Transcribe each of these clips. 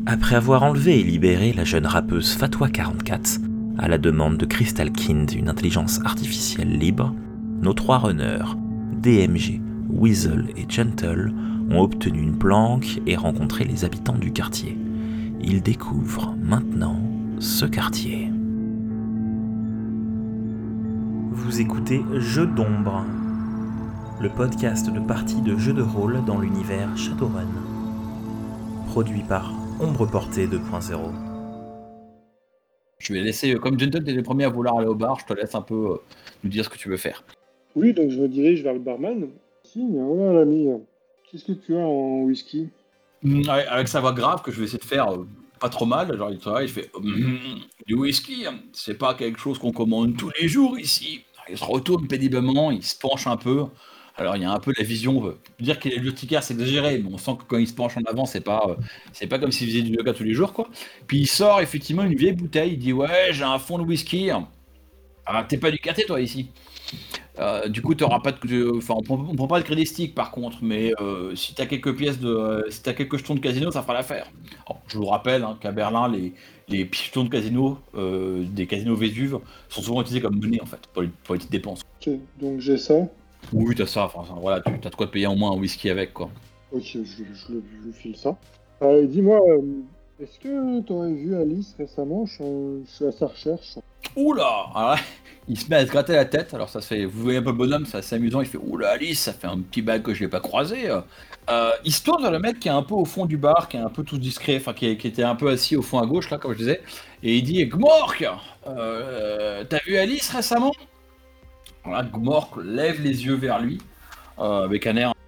Après avoir enlevé et libéré la jeune rappeuse Fatwa44, à la demande de Crystal Kind, une intelligence artificielle libre, nos 3 runners, DMG, Weasel et Gentle, ont obtenu une planque et rencontré les habitants du quartier. Ils découvrent maintenant ce quartier. Vous écoutez Jeux d'ombre, le podcast de parties de jeux de rôle dans l'univers Shadowrun. Produit par Ombre Portée 2.0. Je vais laisser, comme Gentle, t'es le premier à vouloir aller au bar, je te laisse un peu nous dire ce que tu veux faire. Oui, donc je me dirige vers le barman. Si, voilà l'ami, qu'est-ce que tu as en whisky? Avec sa voix grave que je vais essayer de faire pas trop mal, genre il travaille, il fait du whisky, c'est pas quelque chose qu'on commande tous les jours ici. Il se retourne péniblement, il se penche un peu. Alors il y a un peu la vision, dire qu'il est bibliothécaire c'est exagéré, mais on sent que quand il se penche en avant, c'est pas comme s'il faisait du yoga tous les jours quoi. Puis il sort effectivement une vieille bouteille, il dit ouais j'ai un fond de whisky. Ah, t'es pas du quartier toi ici. Du coup, t'auras pas de, enfin, on prend pas de crédit stick par contre, mais si t'as quelques pièces de, si t'as quelques jetons de casino, ça fera l'affaire. Alors, je vous rappelle qu'à Berlin, les jetons de casino, des casinos Vésuve, sont souvent utilisés comme monnaie en fait pour les petites dépenses. Ok, donc j'ai ça. Oui, t'as ça. Enfin, voilà, t'as de quoi te payer au moins un whisky avec quoi. Ok, je lui file ça. Dis-moi, est-ce que t'aurais vu Alice récemment? Je suis à sa recherche. Oula! Alors là, il se met à se gratter la tête. Alors ça se fait, vous voyez un peu le bonhomme, c'est assez amusant. Il fait oula Alice, ça fait un petit bail que je l'ai pas croisé. Il se tourne vers le mec qui est un peu au fond du bar, qui est un peu tout discret, enfin qui était un peu assis au fond à gauche là, comme je disais, et il dit Gmork, t'as vu Alice récemment? Voilà, Gmork lève les yeux vers lui avec un air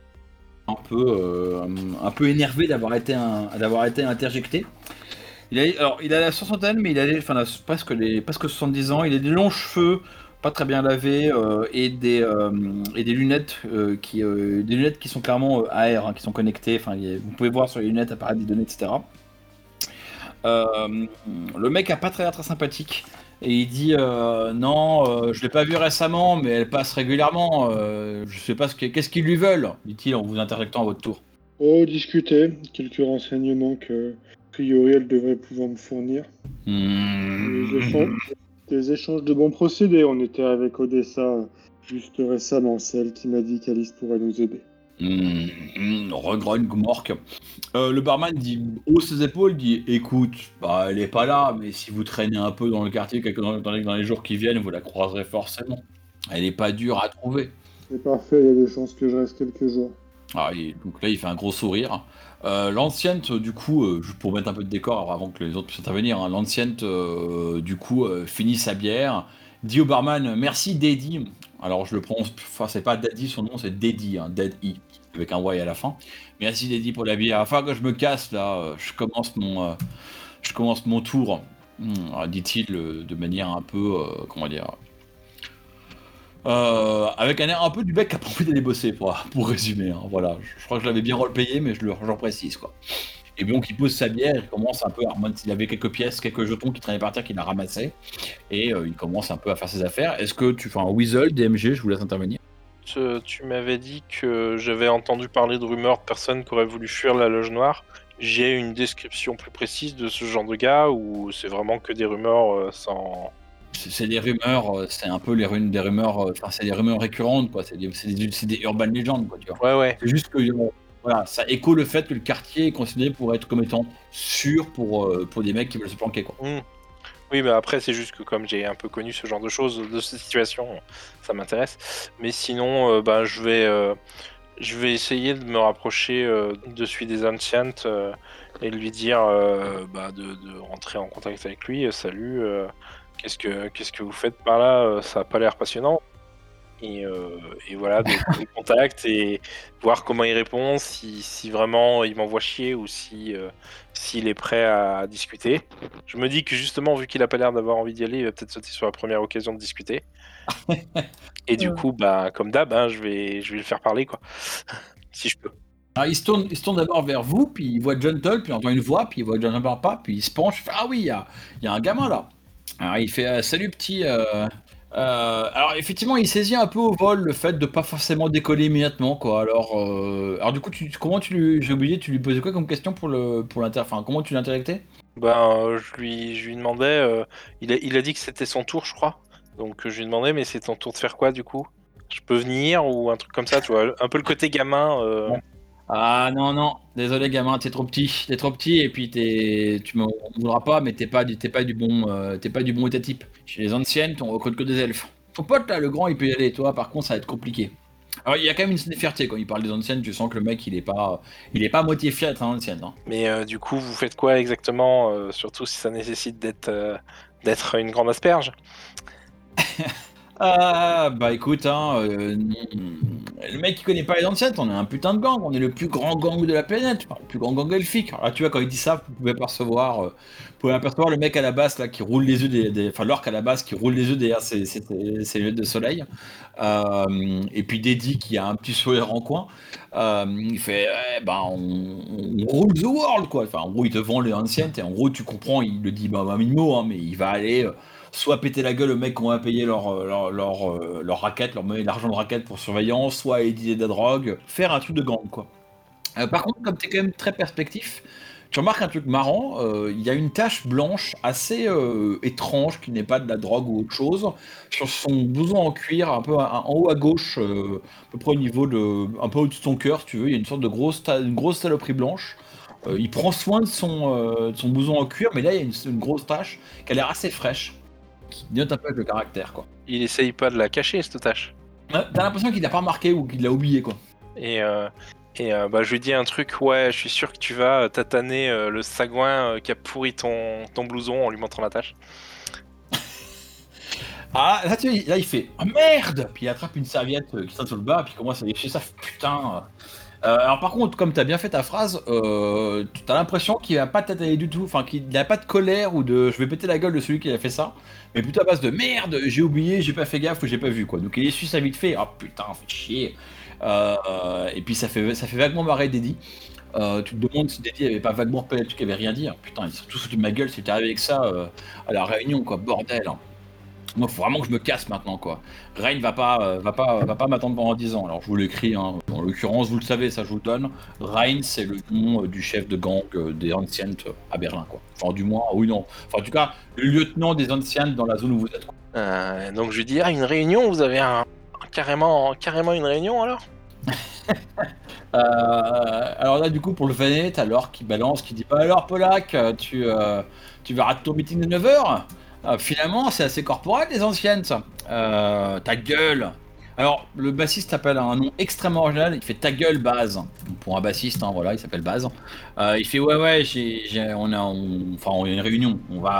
un peu énervé d'avoir été interjecté. Il a la soixantaine, mais il a presque 70 ans. Il a des longs cheveux, pas très bien lavés, et des lunettes qui sont clairement AR, qui sont connectées. Enfin, vous pouvez voir sur les lunettes apparaître des données, etc. Le mec a pas très l'air très sympathique. Et il dit non, je l'ai pas vu récemment, mais elle passe régulièrement. Je sais pas qu'est-ce qu'ils lui veulent, dit-il en vous interjectant à votre tour. Oh, discuter, quelques renseignements que, a priori, elle devrait pouvoir me fournir. Des échanges de bons procédés. On était avec Odessa juste récemment. C'est elle qui m'a dit qu'Alice pourrait nous aider. Regrogne Gmork. Le barman dit, hausse ses épaules, dit écoute, bah, elle est pas là, mais si vous traînez un peu dans le quartier dans les jours qui viennent, vous la croiserez forcément. Elle est pas dure à trouver. C'est parfait, il y a des chances que je reste quelques jours. Donc là, il fait un gros sourire. L'ancienne, du coup, pour mettre un peu de décor avant que les autres puissent intervenir, l'ancienne, du coup, finit sa bière, dit au barman merci Daddy. Alors je le prononce, enfin c'est pas Daddy son nom, c'est Daddy, Daddy, avec un Y à la fin. Merci Daddy pour la bière. Enfin que je me casse là, je commence mon tour, dit-il de manière un peu, comment dire, avec un air un peu du mec qui a pas envie d'aller bosser, pour résumer. Voilà, je crois que je l'avais bien repayé, mais j'en précise quoi. Et donc il pose sa bière, il commence un peu à remonter. Il avait quelques pièces, quelques jetons qui traînaient par terre qu'il a ramassés, et il commence un peu à faire ses affaires. Est-ce que tu fais un Weasel, DMG, je vous laisse intervenir. Tu m'avais dit que j'avais entendu parler de rumeurs de personnes qui auraient voulu fuir la loge noire. J'ai une description plus précise de ce genre de gars ou c'est vraiment que des rumeurs sans... C'est des rumeurs, c'est un peu des rumeurs, enfin c'est des rumeurs récurrentes quoi. C'est des urban legends quoi, tu vois. Ouais. C'est juste que voilà, ça écho le fait que le quartier est considéré pour être comme étant sûr pour des mecs qui veulent se planquer quoi. Oui, mais après, c'est juste que comme j'ai un peu connu ce genre de choses, de cette situation, ça m'intéresse. Mais sinon, je vais essayer de me rapprocher de celui des Ancients et lui dire de rentrer en contact avec lui. Salut, qu'est-ce que vous faites par là? Ça a pas l'air passionnant. Et voilà, de prendre contact et voir comment il répond, si vraiment il m'envoie chier ou s'il est prêt à discuter. Je me dis que justement, vu qu'il a pas l'air d'avoir envie d'y aller, il va peut-être sauter sur la première occasion de discuter. Et du coup, comme d'hab, je vais le faire parler, quoi. Si je peux. Alors, il se tourne d'abord vers vous, puis il voit Gentle, puis il entend une voix, puis il voit Gentle pas, puis il se penche, il fait ah oui, il y a un gamin là. Alors il fait salut petit, Alors effectivement, il saisit un peu au vol le fait de pas forcément décoller immédiatement, quoi. Alors du coup, j'ai oublié, tu lui posais quoi comme question enfin, comment tu l'interrectais? Je lui demandais, il a dit que c'était son tour, je crois. Donc je lui demandais, mais c'est ton tour de faire quoi du coup? Je peux venir ou un truc comme ça, tu vois, un peu le côté gamin. Ouais. Ah non, non, désolé gamin, t'es trop petit et puis tu m'en voudras pas, mais t'es pas du bon état type. Chez les anciennes, on recrute que des elfes. Ton pote là, le grand, il peut y aller, toi, par contre, ça va être compliqué. Alors il y a quand même une certaine fierté quand il parle des anciennes, tu sens que le mec, il est pas à moitié fier d'être un ancienne, hein. Mais du coup, vous faites quoi exactement, surtout si ça nécessite d'être une grande asperge? Ah, bah écoute, hein, le mec qui connaît pas les anciennes, on est un putain de gang, on est le plus grand gang de la planète, enfin, le plus grand gang elfique. Alors là, tu vois, quand il dit ça, vous pouvez apercevoir le mec à la basse là qui roule les yeux enfin l'orque à la basse qui roule les yeux derrière ses lunettes de soleil. Et puis Deddy qui a un petit sourire en coin. Il fait, ouais, bah on roule the world quoi. Enfin, en gros, il te vend les anciennes et en gros, tu comprends, il le dit bah 20 000 mots, hein, mais il va aller. Soit péter la gueule aux mecs qui ont à payer leur raquette, l'argent de raquette pour surveillance, soit éditer de la drogue, faire un truc de gang, quoi. Par contre, comme tu es quand même très perspectif, tu remarques un truc marrant, il y a une tache blanche assez étrange qui n'est pas de la drogue ou autre chose, sur son blouson en cuir, un peu en haut à gauche, à peu près au niveau un peu au-dessus de son cœur, si tu veux, il y a une sorte de une grosse saloperie blanche. Il prend soin de son blouson en cuir, mais là il y a une grosse tache qui a l'air assez fraîche qui note un peu avec le caractère, quoi. Il essaye pas de la cacher, cette tâche. Ouais, t'as l'impression qu'il l'a pas remarqué ou qu'il l'a oublié, quoi. Et, je lui dis un truc, ouais, je suis sûr que tu vas tataner le sagouin qui a pourri ton blouson en lui montrant la tâche. Ah, là, là il fait oh, merde. Puis il attrape une serviette qui traîne sur le bas, puis il commence à lécher ça, putain. Alors par contre, comme t'as bien fait ta phrase, t'as l'impression qu'il va pas t'attaquer du tout, enfin qu'il n'a pas de colère ou de je vais péter la gueule de celui qui a fait ça, mais plutôt à base de merde, j'ai oublié, j'ai pas fait gaffe ou j'ai pas vu quoi. Donc il essuie ça vite fait, ah putain, fait chier. Et puis ça fait vaguement marrer Deddy. Tu te demandes si Deddy avait pas vaguement repéré le truc, qu'il avait rien dit. Hein. Putain, il s'est tout foutu de ma gueule, c'était arrivé avec ça à la réunion quoi, bordel. Hein. Moi, faut vraiment que je me casse maintenant, quoi. Rain va pas m'attendre pendant 10 ans. Alors, je vous l'écris, hein. En l'occurrence, vous le savez, ça je vous le donne. Rain, c'est le nom du chef de gang des Ancients à Berlin, quoi. Enfin, du moins, oui, non. Enfin, en tout cas, le lieutenant des Ancients dans la zone où vous êtes, quoi. Donc je lui dis, une réunion, vous avez carrément une réunion alors? Alors là, du coup, pour le venet, t'as Laure qui balance, qui dit bah alors, Polak, tu vas rater ton meeting de 9h. Finalement, c'est assez corporel, les anciennes, ça. Ta gueule. Alors, le bassiste s'appelle un nom extrêmement original. Il fait ta gueule, Baz. Donc, pour un bassiste, hein, voilà, il s'appelle Baz. Il fait ouais, on a une réunion.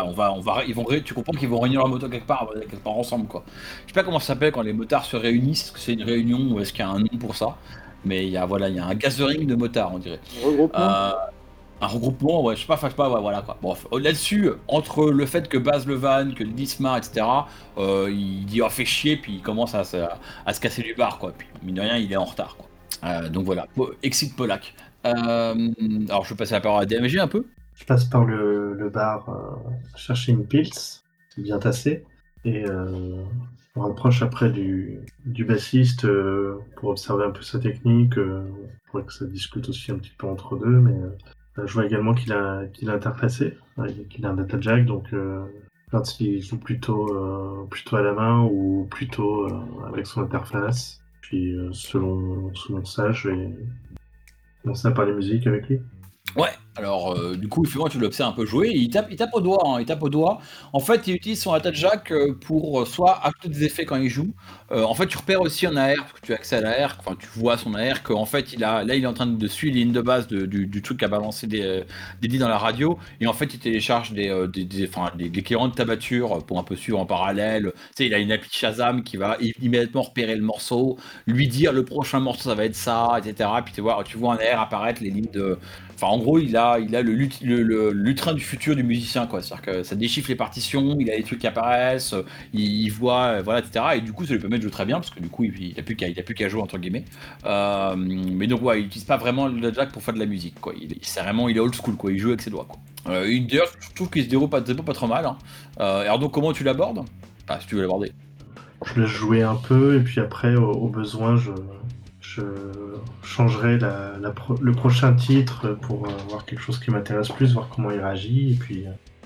Tu comprends qu'ils vont réunir leur moto quelque part ensemble, quoi. Je sais pas comment ça s'appelle quand les motards se réunissent. Est-ce que c'est une réunion ou est-ce qu'il y a un nom pour ça? Mais il y a un gathering de motards, on dirait. Regroupement. Un regroupement, ouais, je sais pas, ouais, voilà quoi. Bon, là-dessus, entre le fait que Baz Levan, que Dismar, etc., il dit oh fait chier, puis il commence à se casser du bar, quoi. Puis mine de rien, il est en retard, quoi. Donc voilà, exit Polak. Alors je vais passer la parole à DMG un peu. Je passe par le bar chercher une pils, c'est bien tassé, et on rapproche après du bassiste pour observer un peu sa technique, pour que ça discute aussi un petit peu entre deux, mais je vois également qu'il a interfacé, qu'il a un data jack, donc quand il joue plutôt à la main ou plutôt avec son interface. Puis selon ça, je vais commencer à parler musique avec lui. Ouais, alors du coup, effectivement, tu l'observes un peu jouer, il tape au doigt, hein, il tape au doigt. En fait, il utilise son attaque jack pour soit ajouter des effets quand il joue. En fait, tu repères aussi en AR, parce que tu as accès à l'AR, enfin, tu vois son AR, qu'en fait, il est en train de suivre les lignes de base du truc à balancer des lits dans la radio, et en fait, il télécharge des clients de tabature pour un peu suivre en parallèle. Tu sais, il a une appli Shazam qui va immédiatement repérer le morceau, lui dire le prochain morceau, ça va être ça, etc. Puis tu vois en AR apparaître les lignes de. Enfin, en gros, il a le lutrin du futur du musicien, quoi. C'est-à-dire que ça déchiffre les partitions, il a des trucs qui apparaissent, il voit, voilà, etc. Et du coup, ça lui permet de jouer très bien, parce que du coup, il a plus qu'à jouer, entre guillemets. Mais donc, ouais, il n'utilise pas vraiment le jack pour faire de la musique, quoi. Il est old school, quoi. Il joue avec ses doigts, quoi. D'ailleurs, je trouve qu'il se déroule pas trop mal. Hein. Alors donc, comment tu l'abordes? Enfin, si tu veux l'aborder. je laisse jouer un peu et puis après, au besoin, je changerai le prochain titre pour voir quelque chose qui m'intéresse plus, voir comment il réagit et puis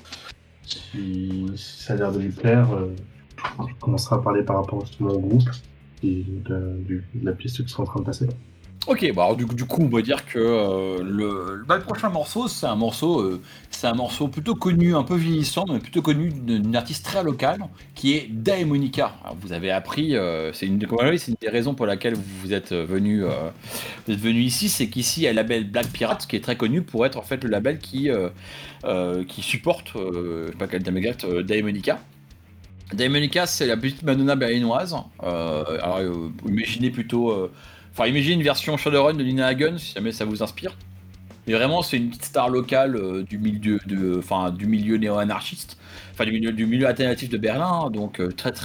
si ça a l'air de lui plaire, je commencerai à parler par rapport justement au groupe et de la piste qui sera en train de passer. Ok, bah alors du coup, on va dire que le prochain morceau, c'est un morceau plutôt connu, un peu vieillissant, mais plutôt connu d'une artiste très locale, qui est Daemonica. Alors, vous avez appris, comme on l'a dit, c'est une des raisons pour laquelle vous êtes venu ici, c'est qu'ici, il y a le label Black Pirate, qui est très connu pour être en fait le label qui supporte, je sais pas quel terme exact, Daemonica. Daemonica, c'est la petite Madonna berlinoise. Imaginez plutôt. Imaginez une version Shadowrun de Nina Hagen, si jamais ça vous inspire. Mais vraiment, c'est une petite star locale du milieu néo-anarchiste, du milieu alternatif de Berlin, donc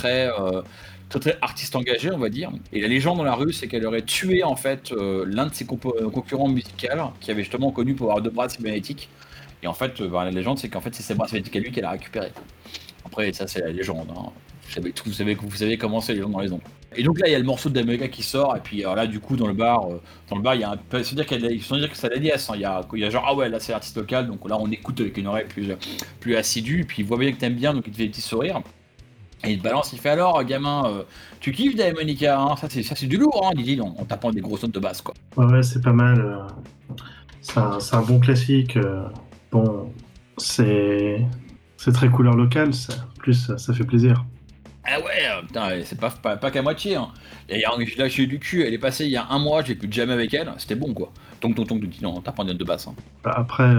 très très artiste engagé, on va dire. Et la légende dans la rue, c'est qu'elle aurait tué en fait l'un de ses concurrents musicaux, qui avait justement connu pour avoir deux bras cybernétiques. Et en fait, la légende, c'est qu'en fait, c'est ses bras cybernétiques à lui qu'elle a récupéré. Après, ça, c'est la légende. Hein. Vous savez comment c'est les gens dans les ombres. Et donc là, il y a le morceau de Dameca qui sort, et puis là, du coup, dans le bar, il y a un peu. Sans dire que ça la liesse, hein. Il y a genre, ah ouais, là, c'est l'artiste local, donc là, on écoute avec une oreille plus assidue, et puis il voit bien que t'aimes bien, donc il te fait des petits sourires. Et il te balance, il fait alors, gamin, tu kiffes Dameca, hein, ça c'est du lourd, hein, dit-il, en tapant des grosses notes de basse, quoi. Ouais, c'est pas mal. C'est un bon classique. Bon, c'est très couleur locale, ça. En plus, ça fait plaisir. Ah ouais, putain, c'est pas qu'à moitié. Hein. Et j'ai lâché du cul, elle est passée il y a un mois, j'ai plus de jamais avec elle, c'était bon quoi. Donc, non, t'as pas une note de basse. Hein. Après,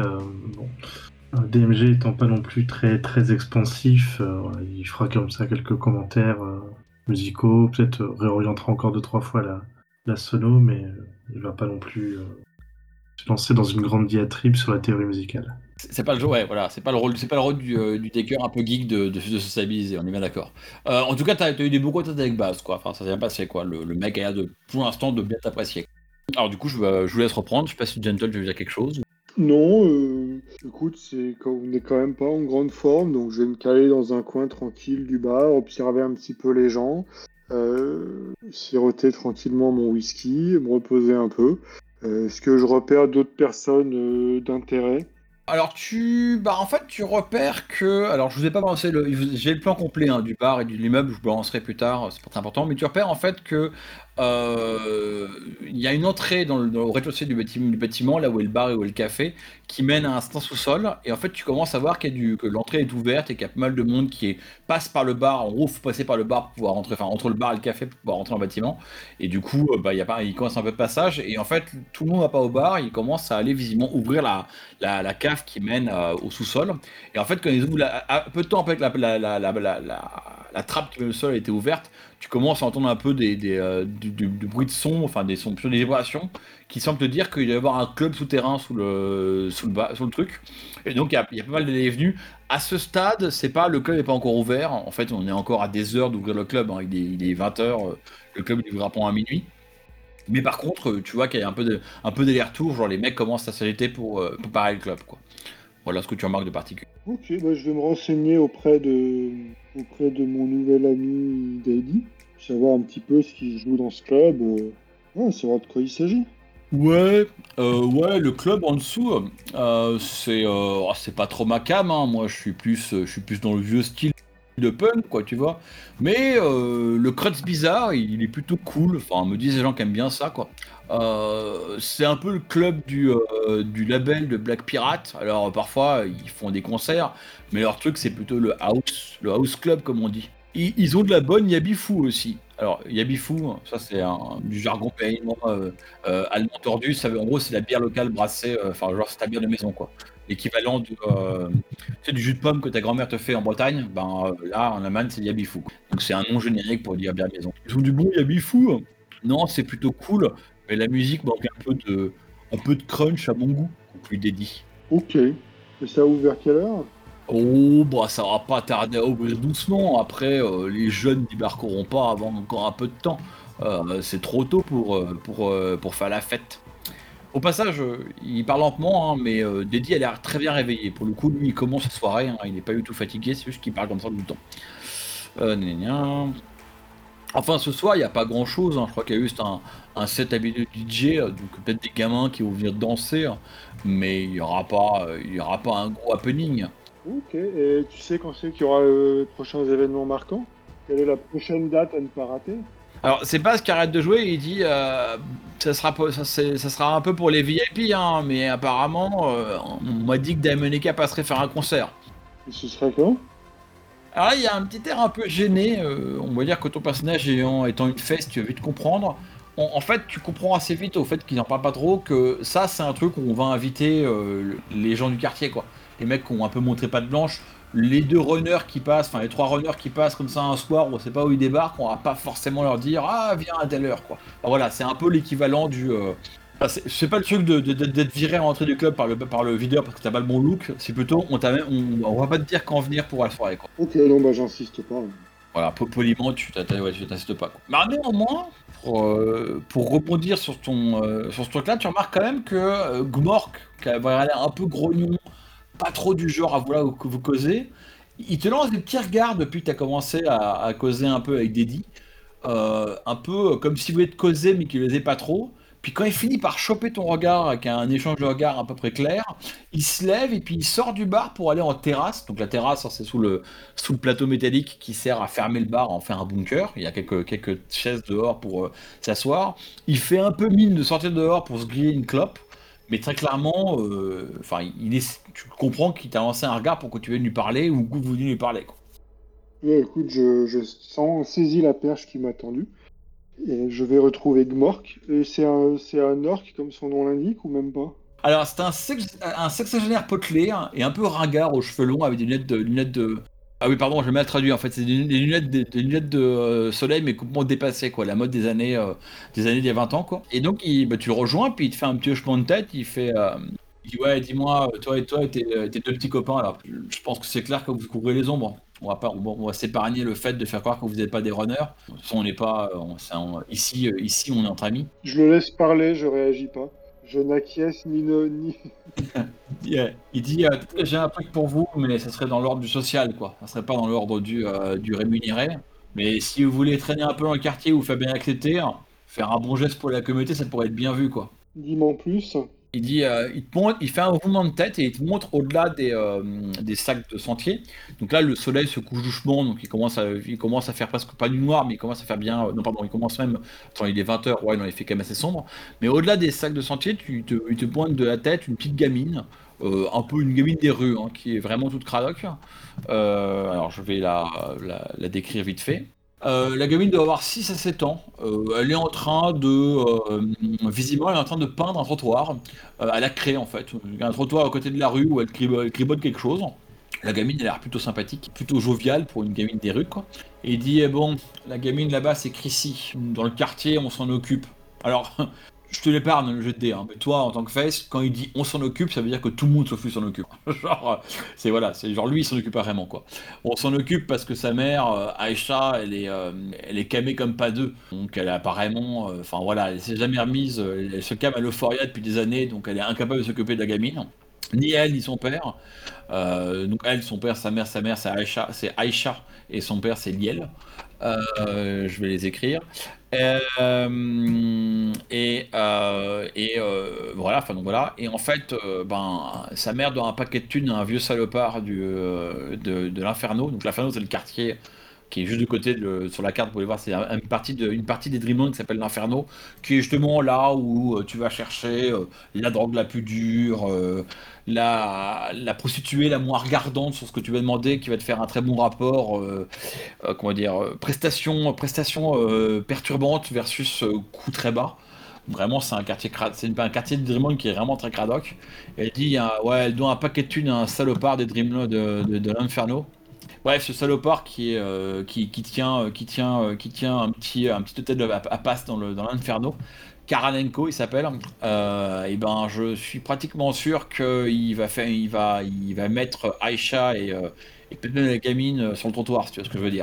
DMG étant pas non plus très, très expansif, il fera comme ça quelques commentaires musicaux, peut-être réorientera encore 2-3 fois la sono, mais il va pas non plus se lancer dans une grande diatribe sur la théorie musicale. C'est pas le jeu, ouais, voilà, c'est pas le rôle du taker un peu geek de se stabiliser, on est bien d'accord. En tout cas, t'as eu des beaux contacts avec Bass, quoi. Enfin, ça s'est bien passé, quoi. Le mec a l'air pour l'instant, de bien t'apprécier. Alors, du coup, je vous laisse reprendre. Je sais pas si Gentle, je veux dire quelque chose. Non, écoute, on est quand même pas en grande forme, donc je vais me caler dans un coin tranquille du bar, observer un petit peu les gens, siroter tranquillement mon whisky, me reposer un peu. Est-ce que je repère d'autres personnes d'intérêt? Alors en fait tu repères que, alors je vous ai pas balancé j'ai le plan complet hein, du bar et de l'immeuble, je vous balancerai plus tard, c'est pas très important, mais tu repères en fait que il y a une entrée au rez-de-chaussée du bâtiment, là où est le bar et où est le café, qui mène à un certain sous-sol, et en fait tu commences à voir que l'entrée est ouverte et qu'il y a pas mal de monde passe par le bar, en gros faut passer par le bar pour pouvoir rentrer, enfin entre le bar et le café pour pouvoir rentrer dans le bâtiment, et du coup il commence un peu de passage, et en fait tout le monde va pas au bar, il commence à aller visiblement ouvrir la cave qui mène au sous-sol. Et en fait, quand ils ouvrent peu de temps après que la trappe qui mène au sol a été ouverte, tu commences à entendre un peu du bruit de son, enfin des sons, plutôt des vibrations, qui semblent te dire qu'il va y avoir un club souterrain sous le truc. Et donc, il y a pas mal d'élèves venus. À ce stade, le club n'est pas encore ouvert. En fait, on est encore à des heures d'ouvrir le club. Hein. Il est 20h. Le club il ouvrira pas à minuit. Mais par contre, tu vois qu'il y a un peu d'aller-retour, genre les mecs commencent à s'agiter pour parer le club, quoi. Voilà ce que tu remarques de particulier. Ok, bah, je vais me renseigner auprès de mon nouvel ami Daily, savoir un petit peu ce qu'il joue dans ce club, savoir de quoi il s'agit. Ouais, le club en dessous, c'est pas trop ma cam, hein. Moi, je suis plus dans le vieux style de punk, quoi, tu vois. Mais le Crutz bizarre, il est plutôt cool. Enfin, me disent les gens qui aiment bien ça, quoi. C'est un peu le club du label de Black Pirate. Alors parfois, ils font des concerts, mais leur truc, c'est plutôt le house club, comme on dit. Ils ont de la bonne yabifou aussi. Alors, yabifou, ça c'est du jargon paysan allemand tordu. Ça veut, en gros, c'est la bière locale brassée, enfin, genre, c'est ta bière de maison, quoi. L'équivalent du jus de pomme que ta grand-mère te fait en Bretagne, là, en Allemagne, c'est yabifou. Donc, c'est un nom générique pour dire bière maison. Ils ont du bon yabifou. Non, c'est plutôt cool, mais la musique manque un peu de crunch à mon goût, plus dédié. Ok. Et ça a ouvert quelle heure? Oh, bah ça va pas tarder à ouvrir doucement. Après, les jeunes débarqueront pas avant encore un peu de temps. C'est trop tôt pour faire la fête. Au passage, il parle lentement, hein, mais Deddy a l'air très bien réveillé. Pour le coup, lui, il commence la soirée, hein, il n'est pas du tout fatigué, c'est juste qu'il parle comme ça tout le temps. Gna gna. Enfin, ce soir, il n'y a pas grand-chose, hein. Je crois qu'il y a juste un set habillé de DJ, donc peut-être des gamins qui vont venir danser, hein. Mais il y aura pas un gros happening. Ok, et tu sais quand c'est qu'il y aura les prochains événements marquants? Quelle est la prochaine date à ne pas rater? Alors, c'est pas ce qui arrête de jouer, il dit ça sera un peu pour les VIP, hein, mais apparemment, on m'a dit que Daemonica passerait faire un concert. Et ce sera quand? Alors là, il y a un petit air un peu gêné, on va dire que ton personnage étant une fesse, tu vas vite comprendre. En fait, tu comprends assez vite au fait qu'ils n'en parlent pas trop que ça, c'est un truc où on va inviter les gens du quartier, quoi. Les mecs qui ont un peu montré patte blanche, les deux runners qui passent, enfin les trois runners qui passent comme ça un soir où on sait pas où ils débarquent, on va pas forcément leur dire «Ah, viens à telle heure», quoi. Enfin, voilà, c'est un peu l'équivalent du... enfin, c'est pas le truc d'être viré à l'entrée du club par le videur parce que t'as pas le bon look, c'est plutôt on va pas te dire quand venir pour la soirée, quoi. Ok, non, bah j'insiste pas. Voilà, poliment, tu t'insistes pas, quoi. Mais néanmoins, pour rebondir sur ce truc-là, tu remarques quand même que Gmork, qui avait l'air un peu grognon, pas trop du genre à vouloir que vous causez, il te lance des petits regards depuis que tu as commencé à causer un peu avec Deddy. Un peu comme s'il voulait te causer mais qu'il ne faisait pas trop. Puis quand il finit par choper ton regard avec un échange de regards à peu près clair, il se lève et puis il sort du bar pour aller en terrasse. Donc la terrasse, hein, c'est sous le plateau métallique qui sert à fermer le bar, à en faire un bunker. Il y a quelques chaises dehors pour s'asseoir. Il fait un peu mine de sortir dehors pour se griller une clope. Mais très clairement, enfin, tu comprends qu'il t'a lancé un regard pour que tu viennes lui parler ou que vous veniez lui parler, quoi. Ouais, écoute, je saisis la perche qui m'a tendue et je vais retrouver Gmork. Et c'est un orc comme son nom l'indique ou même pas? Alors, c'est un sexagénaire potelé, hein, et un peu ringard aux cheveux longs avec des lunettes de... Ah oui, pardon, j'ai mal traduit. En fait, c'est des lunettes de soleil, mais complètement dépassées, quoi. La mode des années d'il y a 20 ans, quoi. Et donc, bah, tu le rejoins, puis il te fait un petit hochement de tête. Il dit, ouais, dis-moi, toi et tes deux petits copains. Alors, je pense que c'est clair que vous couvrez les ombres. On va s'épargner le fait de faire croire que vous n'êtes pas des runners. De toute façon, on n'est pas, ici, on est entre amis. Je le laisse parler, je réagis pas. Je n'acquiesce ni... Il dit peut-être que j'ai un truc pour vous, mais ça serait dans l'ordre du social, quoi. Ça serait pas dans l'ordre du rémunéré. Mais si vous voulez traîner un peu dans le quartier, vous faites bien accepter, hein, faire un bon geste pour la communauté, ça pourrait être bien vu, quoi. Dis-moi en plus. Il dit, il te montre, il fait un mouvement de tête et il te montre au-delà des sacs de sentier. Donc là, le soleil se couche doucement, donc il commence à faire presque pas du noir, mais il commence à faire bien. Non, pardon, il commence même. Attends, il est 20 h, ouais, non, il fait quand même assez sombre. Mais au-delà des sacs de sentier, il te pointe de la tête une petite gamine, un peu une gamine des rues, hein, qui est vraiment toute cradoc. Alors je vais la décrire vite fait. La gamine doit avoir 6 à 7 ans. Elle est en train visiblement, elle est en train de peindre un trottoir. Elle a créé en fait. Il y a un trottoir à côté de la rue où elle gribonne quelque chose. La gamine, elle a l'air plutôt sympathique, plutôt joviale pour une gamine des rues, quoi. Et il dit, eh bon, la gamine là-bas, c'est Chrissy. Dans le quartier, on s'en occupe. Alors, je te l'épargne le jet de dés, hein, mais toi, en tant que face, quand il dit on s'en occupe, ça veut dire que tout le monde sauf lui s'en occupe. Genre, c'est genre lui, il s'en occupe pas vraiment, quoi. On s'en occupe parce que sa mère, Aïcha, elle est camée comme pas deux. Donc elle est apparemment, enfin voilà, elle s'est jamais remise, elle se calme à l'euphoria depuis des années, donc elle est incapable de s'occuper de la gamine. Ni elle, ni son père. Donc elle, son père, sa mère, c'est Aïcha, et son père, c'est Liel. Je vais les écrire. Voilà, enfin donc voilà. Et en fait, ben, sa mère doit un paquet de thunes à un vieux salopard de l'Inferno. Donc l'Inferno, c'est le quartier qui est juste de côté sur la carte. Vous pouvez voir, c'est une partie des Dreamlands qui s'appelle l'Inferno, qui est justement là où tu vas chercher la drogue la plus dure, la prostituée la moins regardante sur ce que tu vas demander, qui va te faire un très bon rapport. Comment dire, prestation perturbante versus coût très bas. Vraiment, c'est un quartier un quartier de Dreamland qui est vraiment très cradoc. Et elle dit, ouais, elle doit un paquet de thunes à un salopard des Dreamland de l'Inferno. Bref, ce salopard qui tient un petit hôtel à passe dans l'Inferno. Karanenko, il s'appelle. Et ben, je suis pratiquement sûr il va mettre Aïcha et peut-être même la gamine sur le trottoir, si tu vois ce que je veux dire.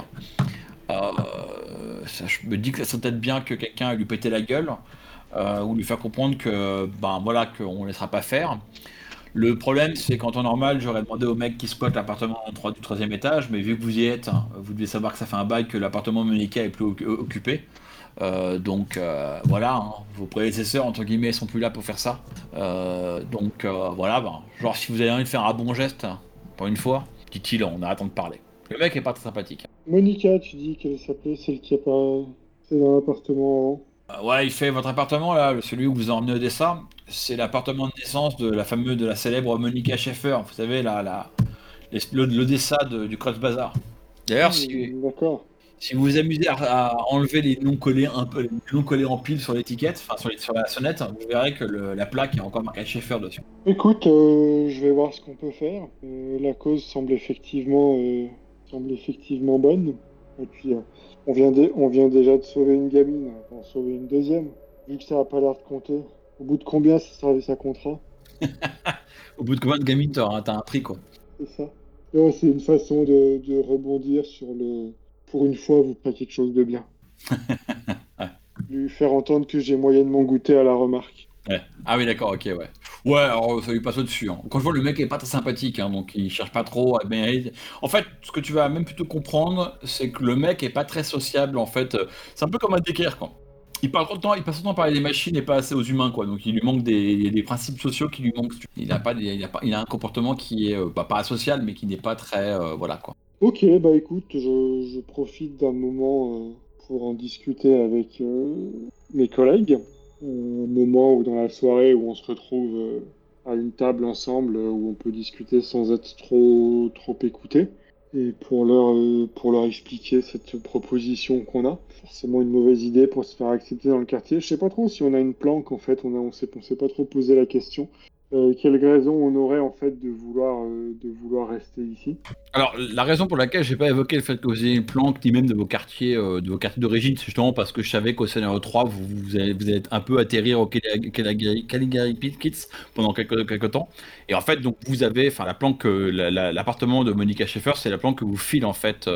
Je me dis que ça serait peut-être bien que quelqu'un lui pétait la gueule, ou lui faire comprendre que, ben voilà, qu'on ne laissera pas faire. Le problème, c'est qu'en temps normal, j'aurais demandé au mec qui squatte l'appartement du troisième étage, mais vu que vous y êtes, hein, vous devez savoir que ça fait un bail que l'appartement de Monica est plus occupé. Donc voilà, hein, vos prédécesseurs entre guillemets sont plus là pour faire ça. Voilà, genre si vous avez envie de faire un bon geste, hein, pour une fois, dit-il en arrêtant de parler. Le mec est pas très sympathique. Monica, tu dis qu'elle s'appelait celle qui a pas. C'est dans l'appartement Ouais, il fait votre appartement là, celui où vous emmenez Odessa. C'est l'appartement de naissance de la célèbre Monica Schaeffer. Vous savez, l'Odessa du Crux Bazar. D'ailleurs, D'accord. si vous vous amusez à enlever les noms collés les noms collés en pile sur l'étiquette, enfin sur la sonnette, vous verrez que la plaque est encore marquée Schaeffer dessus. Écoute, je vais voir ce qu'on peut faire. La cause semble effectivement bonne. Et puis, on vient déjà de sauver une gamine, on va en sauver une deuxième. Vu que ça n'a pas l'air de compter. Au bout de combien ça comptera? Au bout de combien de gamines t'as un prix quoi. C'est ça. Non, c'est une façon de rebondir sur le. Pour une fois, vous faites quelque chose de bien. Ouais. Lui faire entendre que j'ai moyennement goûté à la remarque. Ouais. Ah oui d'accord, ok ouais. Ouais, alors ça lui passe au-dessus. Hein. Quand je vois le mec est pas très sympathique, hein, donc il cherche pas trop à En fait, ce que tu vas même plutôt comprendre, c'est que le mec est pas très sociable en fait. C'est un peu comme un décaire quoi. Il passe trop de temps à parler des machines et pas assez aux humains quoi. Donc il lui manque des principes sociaux qui lui manquent. Il a un comportement qui est pas asocial mais qui n'est pas très voilà quoi. Ok, bah écoute, je profite d'un moment pour en discuter avec mes collègues. Un moment où dans la soirée où on se retrouve à une table ensemble où on peut discuter sans être trop écouté. Et pour leur expliquer cette proposition qu'on a. Forcément une mauvaise idée pour se faire accepter dans le quartier. Je sais pas trop si on a une planque en fait, on s'est pas trop posé la question. Quelle raison on aurait en fait de vouloir rester ici? Alors, la raison pour laquelle j'ai pas évoqué le fait que vous ayez une planque ni même de vos quartiers d'origine, c'est justement parce que je savais qu'au scénario 3, vous allez un peu atterrir au Caligari Kids pendant quelques temps. Et en fait, donc vous avez, enfin, la planque, l'appartement de Monica Schaeffer, c'est la planque que vous file en fait,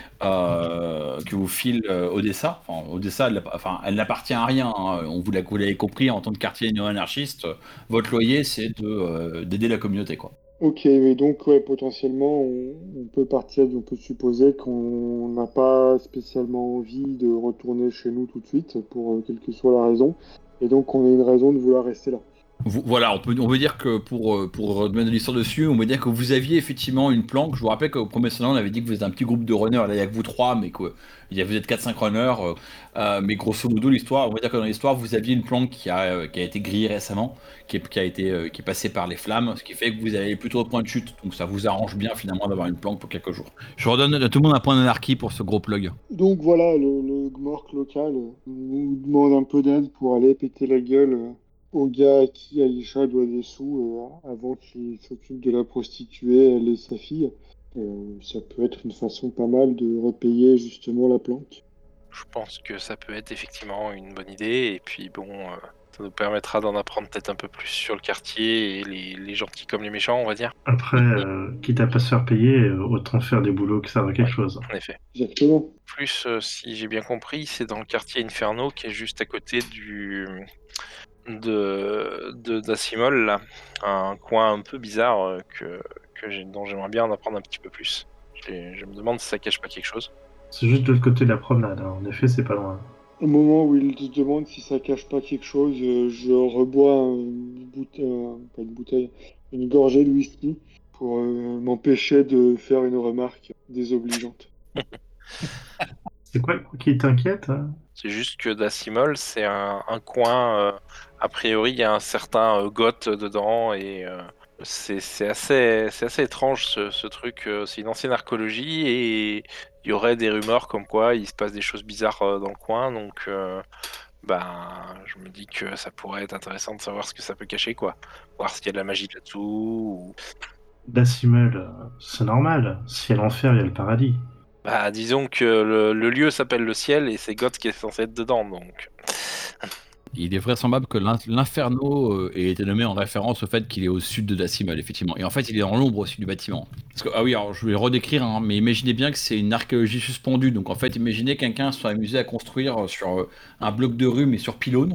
Odessa. Enfin, Odessa, elle n'appartient à rien. Hein. Vous l'avez compris, en tant que quartier néo-anarchiste, votre loyer, c'est d'aider la communauté, quoi. Ok, mais donc ouais, potentiellement, on peut supposer qu'on n'a pas spécialement envie de retourner chez nous tout de suite, pour quelle que soit la raison, et donc on a une raison de vouloir rester là. Voilà, on peut dire que pour mettre de l'histoire dessus, on peut dire que vous aviez effectivement une planque. Je vous rappelle qu'au premier salon, on avait dit que vous êtes un petit groupe de runners. Là, il n'y a que vous trois, mais que vous êtes 4-5 runners. Mais grosso modo, l'histoire, on va dire que dans l'histoire, vous aviez une planque qui a été grillée récemment, qui est passée par les flammes, ce qui fait que vous avez plutôt au point de chute. Donc ça vous arrange bien finalement d'avoir une planque pour quelques jours. Je redonne à tout le monde un point d'anarchie pour ce gros plug. Donc voilà, le GMORC local nous demande un peu d'aide pour aller péter la gueule au gars à qui Aïcha doit des sous avant qu'il s'occupe de la prostituée, elle et sa fille. Ça peut être une façon pas mal de repayer justement la planque. Je pense que ça peut être effectivement une bonne idée. Et puis bon, ça nous permettra d'en apprendre peut-être un peu plus sur le quartier et les gentils comme les méchants, on va dire. Après, quitte à pas se faire payer, autant faire des boulots qui servent à quelque chose. En effet. Exactement. Plus, si j'ai bien compris, c'est dans le quartier Inferno qui est juste à côté d'Assimol, là. Un coin un peu bizarre dont j'aimerais bien en apprendre un petit peu plus. Je me demande si ça cache pas quelque chose. C'est juste de l'autre côté de la promenade, hein. En effet, c'est pas loin. Au moment où il se demande si ça cache pas quelque chose, je rebois pas une bouteille, une gorgée de whisky pour m'empêcher de faire une remarque désobligeante. C'est quoi qui t'inquiète, hein? C'est juste que Dassimol, c'est un coin, a priori, il y a un certain goth dedans, et c'est assez étrange ce truc. C'est une ancienne archéologie, et il y aurait des rumeurs comme quoi il se passe des choses bizarres dans le coin, donc je me dis que ça pourrait être intéressant de savoir ce que ça peut cacher, quoi. Voir s'il y a de la magie là-dessous. Dassimel, c'est normal. Si y a l'enfer, il y a le paradis. Disons que le lieu s'appelle le ciel, et c'est Goth qui est censé être dedans, donc... Il est vraisemblable que l'Inferno ait été nommé en référence au fait qu'il est au sud de Dassimel, effectivement. Et en fait, il est dans l'ombre au sud du bâtiment. Parce que, ah oui, alors je vais redécrire, hein, mais imaginez bien que c'est une archéologie suspendue. Donc en fait, imaginez quelqu'un soit amusé à construire sur un bloc de rue, mais sur pylône.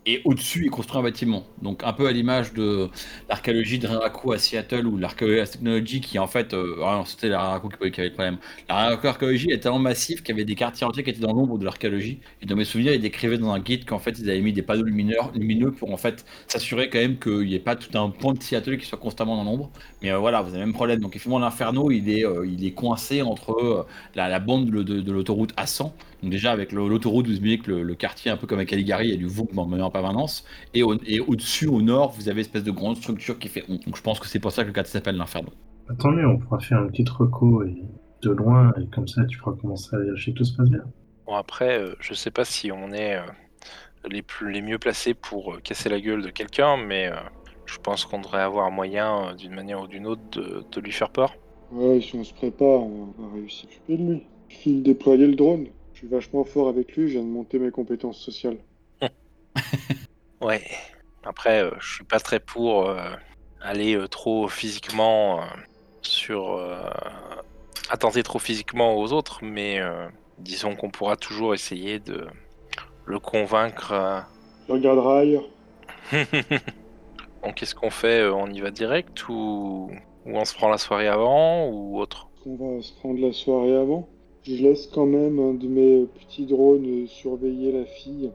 et au-dessus, il construit un bâtiment. Donc un peu à l'image de l'archéologie de Renraku à Seattle ou l'archéologie technologie qui en fait, non, c'était la Renraku qui avait le problème. La archéologie est tellement massive qu'il y avait des quartiers entiers qui étaient dans l'ombre de l'archéologie. Et dans mes souvenirs, il décrivait dans un guide qu'en fait, ils avaient mis des panneaux lumineux pour en fait s'assurer quand même qu'il n'y ait pas tout un pan de Seattle qui soit constamment dans l'ombre. Mais voilà, vous avez le même problème. Donc effectivement, l'Inferno, il est coincé entre la bande de l'autoroute A100. Donc déjà, avec l'autoroute, vous imaginez que le quartier, un peu comme à Caligari, il y a du Vaucluse en permanence. Et au-dessus, au nord, vous avez une espèce de grande structure qui fait honte. Donc je pense que c'est pour ça que le quartier s'appelle l'Inferno. Tant mieux, on pourra faire une petite reco et de loin, et comme ça tu pourras commencer à vérifier que tout se passe bien. Bon, après, je sais pas si on est les mieux placés pour casser la gueule de quelqu'un, mais je pense qu'on devrait avoir moyen, d'une manière ou d'une autre, de lui faire peur. Ouais, si on se prépare, on va réussir à s'occuper de lui. Je file déployer le drone. Je suis vachement fort avec lui, je viens de monter mes compétences sociales. Ouais. Après, je suis pas très pour aller trop physiquement attenter trop physiquement aux autres, mais disons qu'on pourra toujours essayer de le convaincre. Je regarderai ailleurs. Donc, qu'est-ce qu'on fait? On y va direct ou on se prend la soirée avant ou autre? On va se prendre la soirée avant. Je laisse quand même un de mes petits drones surveiller la fille,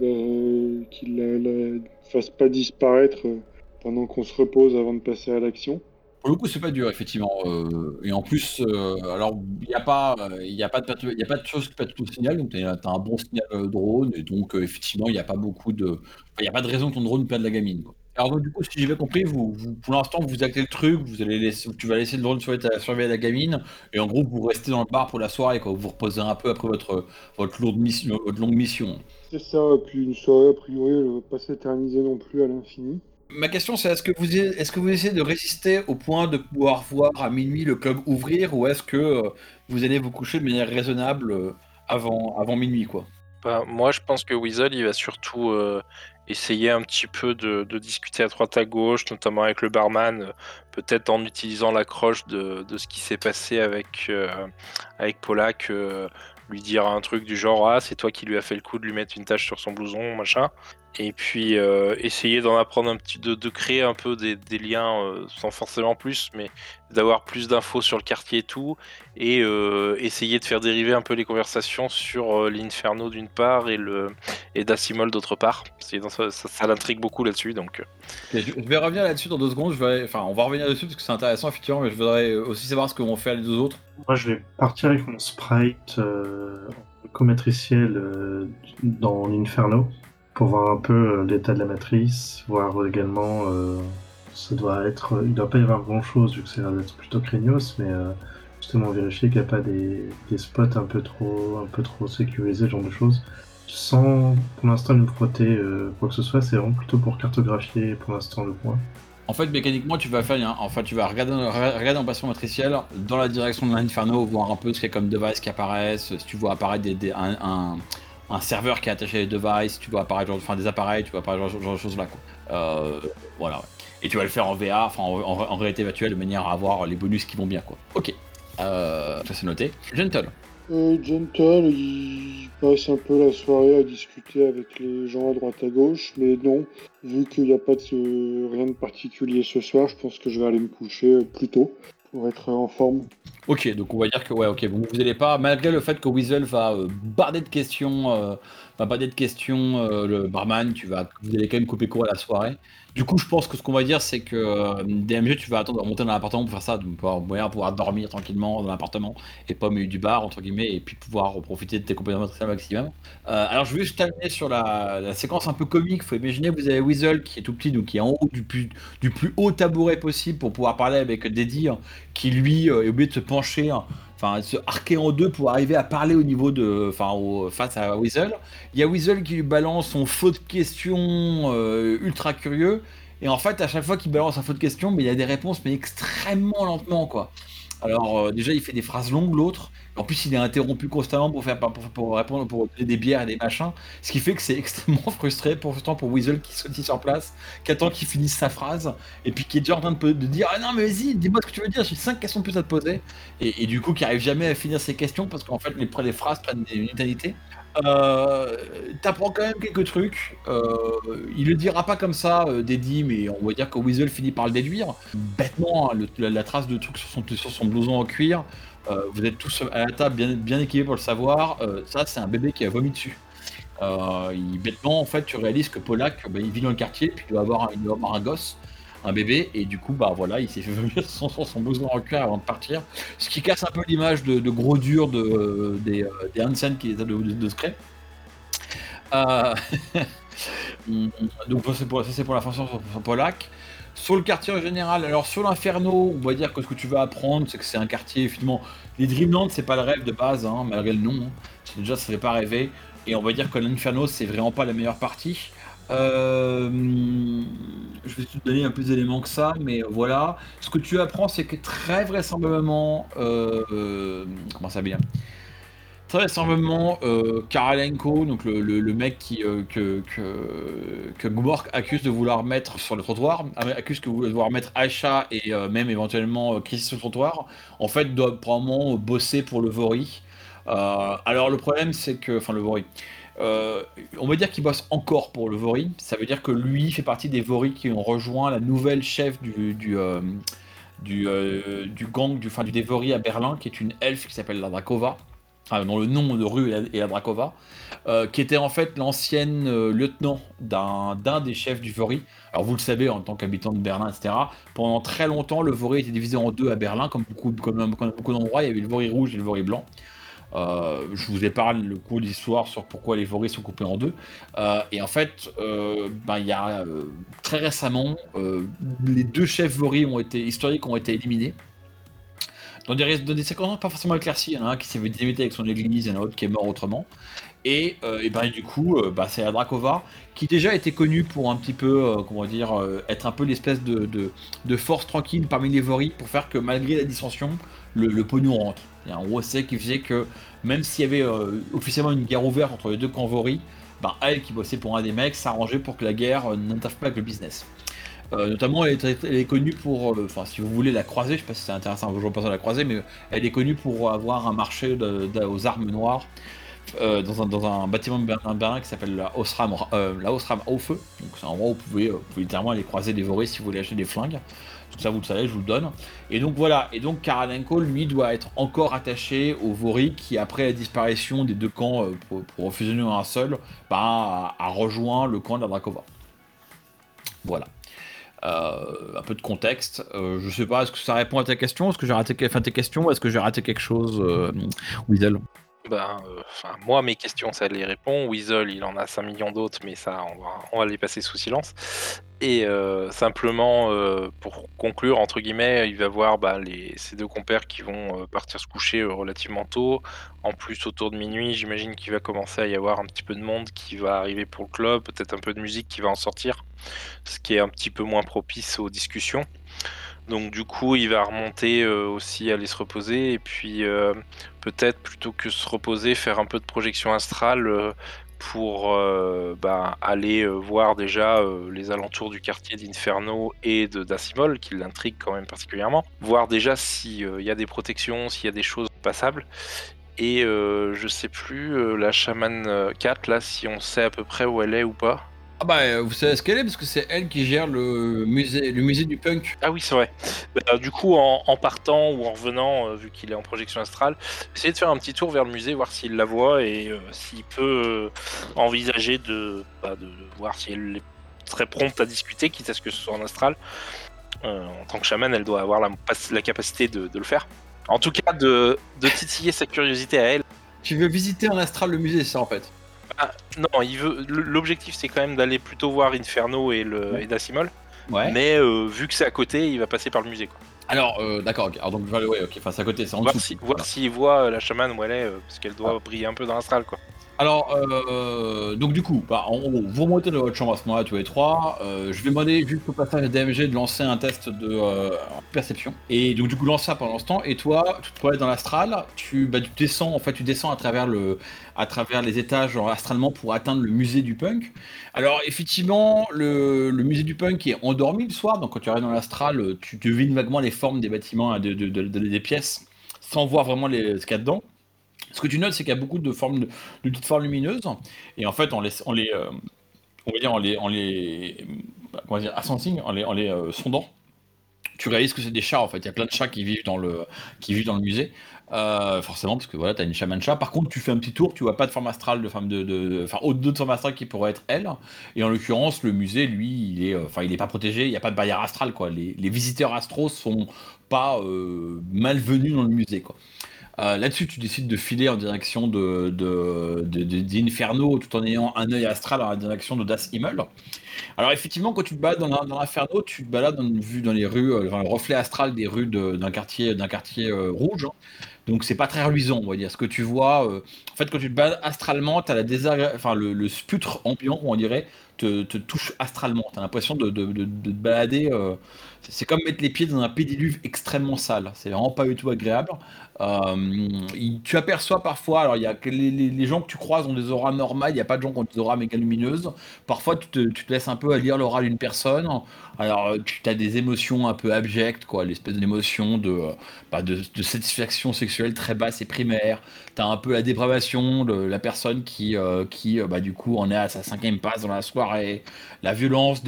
qu'il la fasse pas disparaître pendant qu'on se repose avant de passer à l'action. Pour le coup, c'est pas dur, effectivement. Et en plus, alors, il n'y a pas, y a pas de choses qui pètent au signal, donc tu as un bon signal drone, et donc, effectivement, il n'y a pas beaucoup de. Il n'y a pas de raison que ton drone perde la gamine, quoi. Alors, donc, du coup, si j'ai bien compris, pour l'instant, vous actez le truc, tu vas laisser le drone surveiller la gamine, et en gros, vous restez dans le bar pour la soirée, quoi. Vous vous reposez un peu après votre longue mission. C'est ça, et puis une soirée, a priori, elle va pas s'éterniser non plus à l'infini. Ma question, c'est est-ce que vous essayez de résister au point de pouvoir voir à minuit le club ouvrir, ou est-ce que vous allez vous coucher de manière raisonnable avant minuit, quoi? Bah, moi, je pense que Weasel, il va surtout essayer un petit peu de discuter à droite à gauche, notamment avec le barman, peut-être en utilisant l'accroche de ce qui s'est passé avec Polak, lui dire un truc du genre ah c'est toi qui lui as fait le coup de lui mettre une tache sur son blouson, machin. Et puis essayer d'en apprendre un petit, de créer un peu des liens sans forcément plus, mais d'avoir plus d'infos sur le quartier et tout, et essayer de faire dériver un peu les conversations sur l'Inferno d'une part et Dacimol d'autre part. Ça l'intrigue beaucoup là-dessus, donc. Ok, je vais revenir là-dessus dans 2 secondes. On va revenir dessus parce que c'est intéressant, effectivement, mais je voudrais aussi savoir ce que vont faire les 2 autres. Moi je vais partir avec mon sprite comatriciel dans l'Inferno pour voir un peu l'état de la matrice, voir également il doit pas y avoir grand chose vu que ça a l'air d'être plutôt craignos, mais justement vérifier qu'il n'y a pas des spots un peu trop sécurisés, ce genre de choses. Sans pour l'instant me frotter quoi que ce soit, c'est vraiment plutôt pour cartographier pour l'instant le coin. En fait, mécaniquement, tu vas regarder en passant matriciel dans la direction de l'Inferno, voir un peu ce qu'il y a comme device qui apparaissent. Si tu vois apparaître un serveur qui est attaché à des devices, si tu vois apparaître des appareils, tu vois apparaître genre de choses là, quoi. Voilà. Ouais. Et tu vas le faire en VA, en réalité virtuelle, de manière à avoir les bonus qui vont bien, quoi. Ok. Ça c'est noté. Gentle. Gentle, il passe un peu la soirée à discuter avec les gens à droite à gauche, mais non, vu qu'il n'y a pas rien de particulier ce soir, je pense que je vais aller me coucher plus tôt pour être en forme. Ok, donc on va dire que ouais, ok, bon, vous allez pas, malgré le fait que Weasel va barder de questions, le barman, vous allez quand même couper court à la soirée. Du coup, je pense que ce qu'on va dire, c'est que DMG, tu vas attendre de remonter dans l'appartement pour faire ça, donc pour pouvoir dormir tranquillement dans l'appartement et pas au milieu du bar, entre guillemets, et puis pouvoir profiter de tes compétences au maximum. Alors, je vais juste terminer sur la séquence un peu comique. Faut imaginer, vous avez Weasel qui est tout petit, donc qui est en haut du plus haut tabouret possible pour pouvoir parler avec Deddy, qui lui est obligé de se pencher, se arquer en deux pour arriver à parler au niveau face à Weasel. Il y a Weasel qui lui balance son faux de question ultra curieux, et en fait à chaque fois qu'il balance un faux de question, mais il a des réponses mais extrêmement lentement, quoi. Alors déjà il fait des phrases longues, l'autre, En plus, il est interrompu constamment pour répondre, pour donner des bières et des machins. Ce qui fait que c'est extrêmement frustrant pour Weasel qui se dit sur place, qui attend qu'il finisse sa phrase, et puis qui est déjà en train de dire ah non, mais vas-y, dis-moi ce que tu veux dire, j'ai 5 questions de plus à te poser. Et du coup, qui arrive jamais à finir ses questions parce qu'en fait, les phrases prennent une éternité. T'apprends quand même quelques trucs. Il le dira pas comme ça, Deddy, mais on va dire que Weasel finit par le déduire. Bêtement, hein, la trace de trucs sur son blouson en cuir. Vous êtes tous à la table bien équipés pour le savoir. Ça, c'est un bébé qui a vomi dessus. Bêtement, en fait, tu réalises que Polak, il vit dans le quartier, puis il doit avoir un gosse, un bébé, et du coup, bah voilà, il s'est fait vomir son blouson en cuir avant de partir. Ce qui casse un peu l'image de gros dur des Hansen qui les a de secret. Donc ça c'est pour la fonction sur Polak. Sur le quartier en général, alors sur l'Inferno, on va dire que ce que tu vas apprendre, c'est que c'est un quartier, finalement, les Dreamlands, c'est pas le rêve de base, hein, malgré le nom, hein. Déjà ça fait pas rêver, et on va dire que l'Inferno, c'est vraiment pas la meilleure partie. Je vais te donner un peu d'éléments que ça, mais voilà. Ce que tu apprends, c'est que très vraisemblablement, comment ça bien? Très vraisemblablement, Karalenko, donc le mec que Gmork accuse de vouloir mettre sur le trottoir, accuse de vouloir mettre Aisha et même éventuellement Chris sur le trottoir, en fait doit probablement bosser pour le Vori. Alors le problème c'est que, enfin le Vori, on va dire qu'il bosse encore pour le Vori, ça veut dire que lui fait partie des Vori qui ont rejoint la nouvelle chef du gang, du Devori à Berlin, qui est une elfe qui s'appelle la Drakova, dont le nom de rue est la Drakova, qui était en fait l'ancienne lieutenant d'un des chefs du Vori. Alors vous le savez, en tant qu'habitant de Berlin, etc., pendant très longtemps, le Vori était divisé en deux à Berlin, comme beaucoup d'endroits, il y avait le Vori rouge et le Vori blanc. Je vous épargne le cours d'histoire sur pourquoi les Vori sont coupés en deux. Et en fait, il y a très récemment, les deux chefs Vori historiques ont été éliminés. Dans des circonstances pas forcément éclaircies, il y en a un qui s'est fait délimiter avec son église, il y en a un autre qui est mort autrement. Et du coup, c'est la Drakova, qui déjà était connue pour un petit peu, être un peu l'espèce de force tranquille parmi les Vori, pour faire que malgré la dissension, le pognon rentre. Il y a un gros essai qui faisait que, même s'il y avait officiellement une guerre ouverte entre les deux camps Vori, elle qui bossait pour un des mecs s'arrangeait pour que la guerre n'interfère pas avec le business. Notamment, elle est connue pour, si vous voulez la croiser, je sais pas si c'est intéressant, je pense à la croiser, mais elle est connue pour avoir un marché aux armes noires dans un bâtiment de Berlin qui s'appelle la Osram Hofe. Donc c'est un endroit où vous pouvez littéralement aller croiser des Vori si vous voulez acheter des flingues. Tout ça vous le savez, je vous le donne. Et donc voilà, et donc Karalenko, lui, doit être encore attaché aux Vori qui, après la disparition des deux camps pour fusionner en un seul, a rejoint le camp de la Drakova. Voilà. Un peu de contexte. Je sais pas, est-ce que ça répond à ta question? Est-ce que j'ai raté tes questions? Est-ce que j'ai raté quelque chose, Weasel? Moi, mes questions, ça les répond. Weasel, il en a 5 millions d'autres, mais ça, on va les passer sous silence. Et simplement, pour conclure, entre guillemets, il va voir ses deux compères qui vont partir se coucher relativement tôt. En plus, autour de minuit, j'imagine qu'il va commencer à y avoir un petit peu de monde qui va arriver pour le club, peut-être un peu de musique qui va en sortir, ce qui est un petit peu moins propice aux discussions. Donc du coup, il va remonter aussi, aller se reposer, et puis peut-être, plutôt que se reposer, faire un peu de projection astrale pour aller voir déjà les alentours du quartier d'Inferno et d'Asimol, qui l'intrigue quand même particulièrement. Voir déjà s'il y a des protections, s'il y a des choses passables. Et je sais plus, la chamane 4, là, si on sait à peu près où elle est ou pas. Vous savez ce qu'elle est, parce que c'est elle qui gère le musée du punk. Ah oui, c'est vrai. Du coup, en partant ou en revenant, vu qu'il est en projection astrale, essayez de faire un petit tour vers le musée, voir s'il la voit et s'il peut envisager de voir si elle serait prompte à discuter, quitte à ce que ce soit en astral. En tant que chamane, elle doit avoir la capacité de le faire. En tout cas, de titiller sa curiosité à elle. Tu veux visiter en astral le musée, c'est ça en fait? Non, l'objectif c'est quand même d'aller plutôt voir Inferno et Dasimol. Ouais. Mais vu que c'est à côté, il va passer par le musée, quoi. Alors, d'accord, okay. Alors donc, c'est à côté, c'est en dessous. Voir s'il voit la chamane où elle est, parce qu'elle doit briller un peu dans l'astral, quoi. Alors, donc du coup, vous remontez dans votre chambre à ce moment-là, tous les trois. Je vais demander juste au passage à DMG de lancer un test de perception. Et donc du coup, lance ça pendant ce temps. Et toi, tu te promènes dans l'astral. Tu descends, en fait, tu descends à travers les étages, genre, astralement, pour atteindre le musée du punk. Alors, effectivement, le musée du punk est endormi le soir. Donc, quand tu arrives dans l'astral, tu devines vaguement les formes des bâtiments, hein, des pièces, sans voir vraiment ce qu'il y a dedans. Ce que tu notes, c'est qu'il y a beaucoup de petites formes lumineuses, et en fait, on va dire, comment dire, ascending, en les sondant, tu réalises que c'est des chats en fait. Il y a plein de chats qui vivent dans le musée, forcément, parce que voilà, t'as une chamane chat. Par contre, tu fais un petit tour, tu vois pas de forme astrale, enfin, d'autres formes astrales qui pourraient être elles. Et en l'occurrence, le musée, lui, il est pas protégé. Il n'y a pas de barrière astrale, quoi. Les visiteurs astraux sont pas malvenus dans le musée, quoi. Là-dessus, tu décides de filer en direction d'Inferno, tout en ayant un œil astral en la direction de Das Himmel. Alors effectivement, quand tu te balades dans l'Inferno, tu te balades vue dans les rues, dans le reflet astral des rues d'un quartier rouge, hein. Donc c'est pas très reluisant, on va dire. Ce que tu vois, en fait, quand tu te balades astralement, t'as enfin le sputre ambiant, on dirait, te touche astralement. T'as l'impression de te balader. C'est comme mettre les pieds dans un pédiluve extrêmement sale. C'est vraiment pas du tout agréable. Tu aperçois parfois, alors il y a que les gens que tu croises ont des auras normales, il n'y a pas de gens qui ont des auras méga lumineuses. Parfois tu te laisses un peu à lire l'aura d'une personne. Alors tu as des émotions un peu abjectes, quoi, l'espèce d'émotion de satisfaction sexuelle très basse et primaire. Tu as un peu la dépravation de la personne qui du coup en est à sa 5e passe dans la soirée. La violence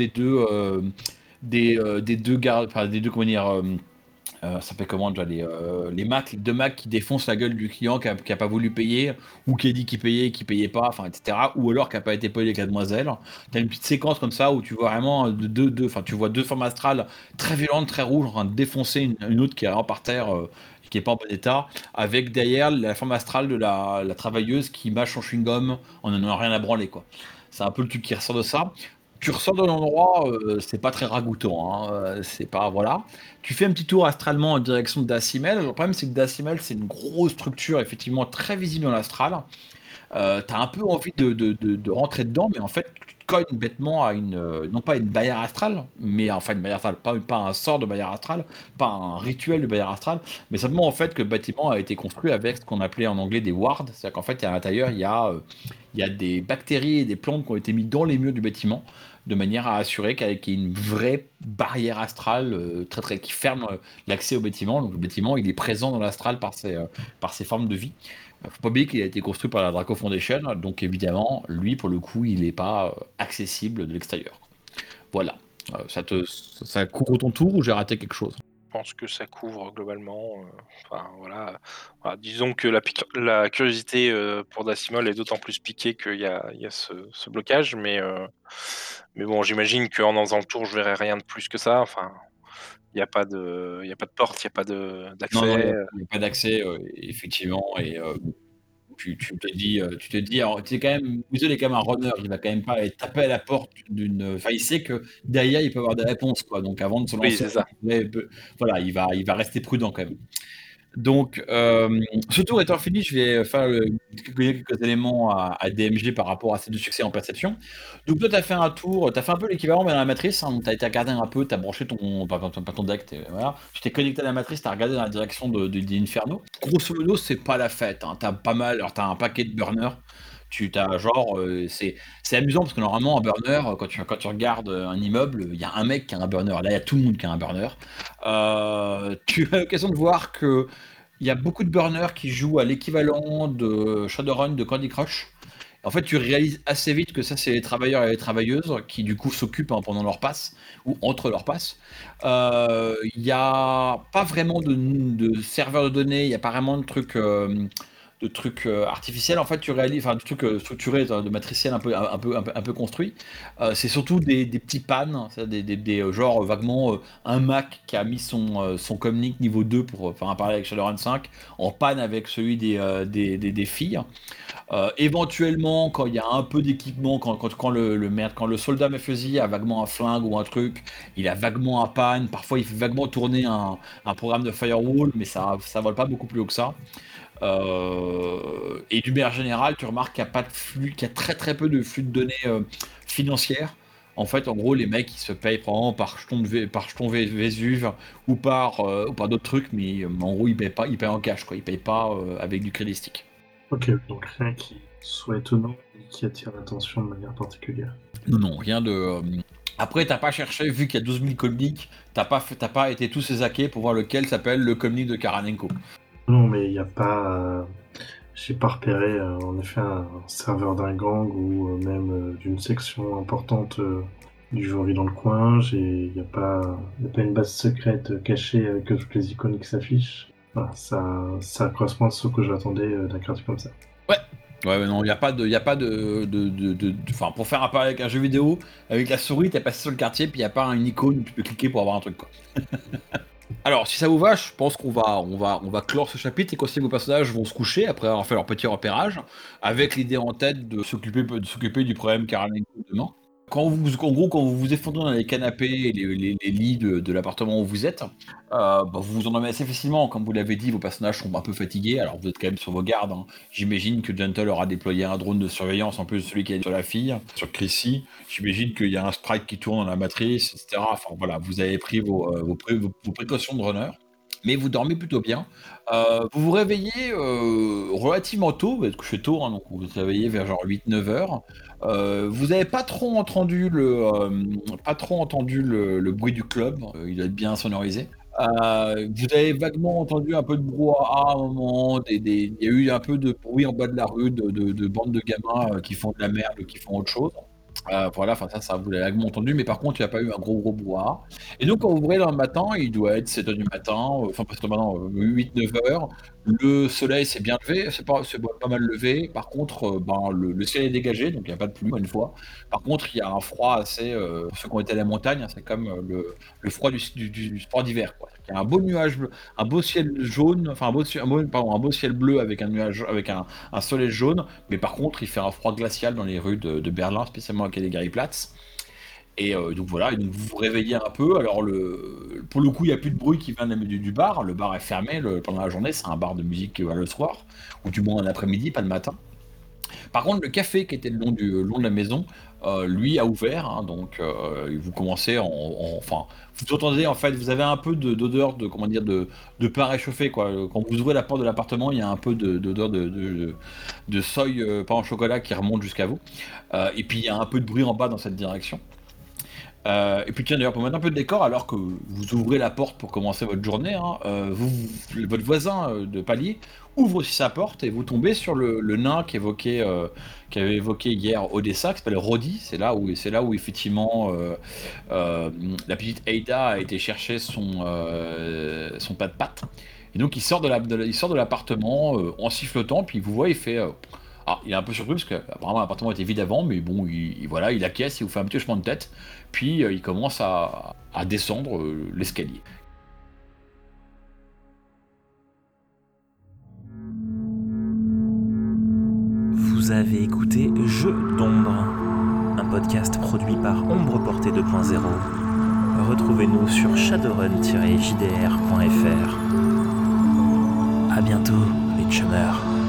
des deux gardes, enfin des deux, comment dire, ça s'appelle comment déjà, les deux Macs qui défoncent la gueule du client qui a pas voulu payer, ou qui a dit qu'il payait pas, enfin, etc. Ou alors qui a pas été payé avec la demoiselle. T'as une petite séquence comme ça où tu vois vraiment enfin, tu vois deux formes astrales très violentes, très rouges, en train de défoncer une autre qui est vraiment par terre, qui est pas en bon état, avec derrière la forme astrale de la travailleuse qui mâche son chewing-gum en n'en a rien à branler, quoi. C'est un peu le truc qui ressort de ça. Tu ressors de l'endroit, c'est pas très ragoûtant, hein, c'est pas, voilà. Tu fais un petit tour astralement en direction de Dacimel. Le problème, c'est que Dacimel, c'est une grosse structure, effectivement, très visible dans l'astral. T'as un peu envie de rentrer dedans, mais en fait, tu te cognes bêtement à non pas une barrière astrale, mais enfin une barrière astrale, pas un sort de barrière astrale, pas un rituel de barrière astrale, mais simplement en fait que le bâtiment a été construit avec ce qu'on appelait en anglais des wards. C'est-à-dire qu'en fait, à l'intérieur, il y a des bactéries et des plantes qui ont été mis dans les murs du bâtiment, de manière à assurer qu'il y ait une vraie barrière astrale qui ferme l'accès au bâtiment. Donc le bâtiment, il est présent dans l'astral par ses formes de vie. Faut pas oublier qu'il a été construit par la Draco Foundation, donc évidemment, lui, pour le coup, il n'est pas accessible de l'extérieur. Voilà. Ça couvre ton tour ou j'ai raté quelque chose? Je pense que ça couvre globalement. Enfin, voilà. Voilà, disons que la curiosité pour Dacimol est d'autant plus piquée qu'il y a ce blocage, mais bon, j'imagine qu'en faisant le tour, je verrai rien de plus que ça. Enfin, il n'y a pas de porte, il n'y a pas Non, d'accès. il n'y a pas d'accès, effectivement, et tu te dis, alors, tu es quand même, Weasel est quand même un runner, il va quand même pas aller taper à la porte enfin, il sait que derrière, il peut avoir des réponses, quoi. Donc, avant de se Oui, lancer, c'est ça. voilà, il va rester prudent quand même. Donc, ce tour étant fini, je vais faire quelques éléments à DMG par rapport à ces deux succès en perception. Donc, toi, tu as fait un tour, tu as fait un peu l'équivalent, mais dans la matrice. Hein, tu as été regarder un peu, tu as branché pas ton deck, voilà. Tu t'es connecté à la matrice, tu as regardé dans la direction d'Inferno. Grosso modo, c'est pas la fête. Hein, tu as pas mal, alors tu as un paquet de burners. C'est amusant parce que normalement, un burner, quand tu regardes un immeuble, il y a un mec qui a un burner. Là, il y a tout le monde qui a un burner. Tu as l'occasion de voir que il y a beaucoup de burners qui jouent à l'équivalent de Shadowrun, de Candy Crush. En fait, tu réalises assez vite que ça, c'est les travailleurs et les travailleuses qui, du coup, s'occupent, hein, pendant leur passe ou entre leurs passes. Il n'y a pas vraiment de serveur de données, il n'y a pas vraiment de trucs artificiels. En fait, tu réalises, enfin, de trucs structurés, de matriciels un peu construits. C'est surtout des petits pannes, c'est-à-dire genre vaguement un Mac qui a mis son comlink niveau 2 pour faire un parallèle avec Shadowrun 5 en panne avec celui des filles. Éventuellement, quand il y a un peu d'équipement, quand le soldat mafieux a vaguement un flingue ou un truc, il a vaguement un panne. Parfois, il fait vaguement tourner un programme de firewall, mais ça vole pas beaucoup plus haut que ça. Et d'une manière générale, tu remarques qu'il y a pas de flux, qu'il y a très très peu de flux de données financières. En fait, en gros, les mecs, ils se payent probablement par jeton Vésuve ou par d'autres trucs, mais en gros, ils payent en cash, quoi. Ils payent pas avec du crédit stick. Ok, donc rien qui soit étonnant et qui attire l'attention de manière particulière. Non, rien de. Après, t'as pas cherché, vu qu'il y a 12 000 comniques, t'as pas été tous ces hackés pour voir lequel s'appelle le comnique de Karanenko. Non, mais il n'y a pas. J'ai pas repéré en effet un serveur d'un gang ou même d'une section importante du jury dans le coin. Il n'y a pas une base secrète cachée avec toutes les icônes qui s'affichent. Voilà, ça correspond à ce que j'attendais d'un quartier comme ça. Ouais, mais non, il y a pas de. Enfin, pour faire un parallèle avec un jeu vidéo, avec la souris, t'es passé sur le quartier, puis il n'y a pas une icône où tu peux cliquer pour avoir un truc, quoi. Alors, si ça vous va, je pense qu'on va clore ce chapitre et qu'aussi vos personnages vont se coucher après avoir fait leur petit repérage, avec l'idée en tête de s'occuper du problème Caroline demain. En gros, quand vous vous effondrez dans les canapés et les lits de l'appartement où vous êtes, vous vous endormez assez facilement. Comme vous l'avez dit, vos personnages sont un peu fatigués, alors vous êtes quand même sur vos gardes. Hein. J'imagine que Gentle aura déployé un drone de surveillance en plus de celui qui est sur la fille, sur Chrissy. J'imagine qu'il y a un sprite qui tourne dans la matrice, etc. Enfin voilà, vous avez pris vos précautions de runner. Mais vous dormez plutôt bien. Vous vous réveillez relativement tôt, vous êtes couché tôt, hein, donc vous vous réveillez vers genre 8-9 heures. Vous n'avez pas trop entendu le bruit du club, il doit être bien sonorisé. Vous avez vaguement entendu un peu de brouhaha à un moment, il y a eu un peu de bruit en bas de la rue de bandes de gamins qui font de la merde, qui font autre chose. Voilà, enfin ça vous l'avez vaguement entendu, mais par contre il n'y a pas eu un gros brouhaha. Et donc quand vous ouvrez dans le matin, il doit être 7h du matin, enfin pas 7h du matin, 8-9 heures. Le soleil s'est bien levé, c'est pas mal levé. Par contre, le ciel est dégagé, donc il n'y a pas de pluie une fois. Par contre, il y a un froid assez. Pour ceux qui ont été à la montagne, hein, c'est comme le froid du sport d'hiver, quoi. Il y a un beau nuage bleu, un beau ciel jaune, enfin un beau ciel bleu avec un nuage, avec un soleil jaune. Mais par contre, il fait un froid glacial dans les rues de Berlin, spécialement à Königsplatz. Et donc voilà, et donc vous vous réveillez un peu. Alors pour le coup, il n'y a plus de bruit qui vient du bar. Le bar est fermé pendant la journée. C'est un bar de musique le soir, ou du moins en après-midi, pas le matin. Par contre, le café qui était le long de la maison, lui a ouvert. Hein, donc vous commencez enfin, vous entendez en fait, vous avez un peu d'odeur de pain réchauffé, quoi. Quand vous ouvrez la porte de l'appartement, il y a un peu d'odeur de soy pain au chocolat qui remonte jusqu'à vous. Et puis il y a un peu de bruit en bas dans cette direction. Et puis tiens d'ailleurs pour mettre un peu de décor alors que vous ouvrez la porte pour commencer votre journée, hein, votre voisin de palier ouvre aussi sa porte et vous tombez sur le nain qu'avait évoqué hier Odessa, qui s'appelle Roddy. C'est là où effectivement la petite Ada a été chercher son pas de patte. Et donc il sort de l'appartement en sifflotant, puis il vous voit, il fait il est un peu surpris parce qu'apparemment l'appartement était vide avant, mais bon, il acquiesce, il vous fait un petit hochement de tête, puis il commence à descendre l'escalier. Vous avez écouté Jeux d'ombre, un podcast produit par Ombre Portée 2.0. Retrouvez-nous sur shadowrun-jdr.fr. À bientôt, les chumeurs.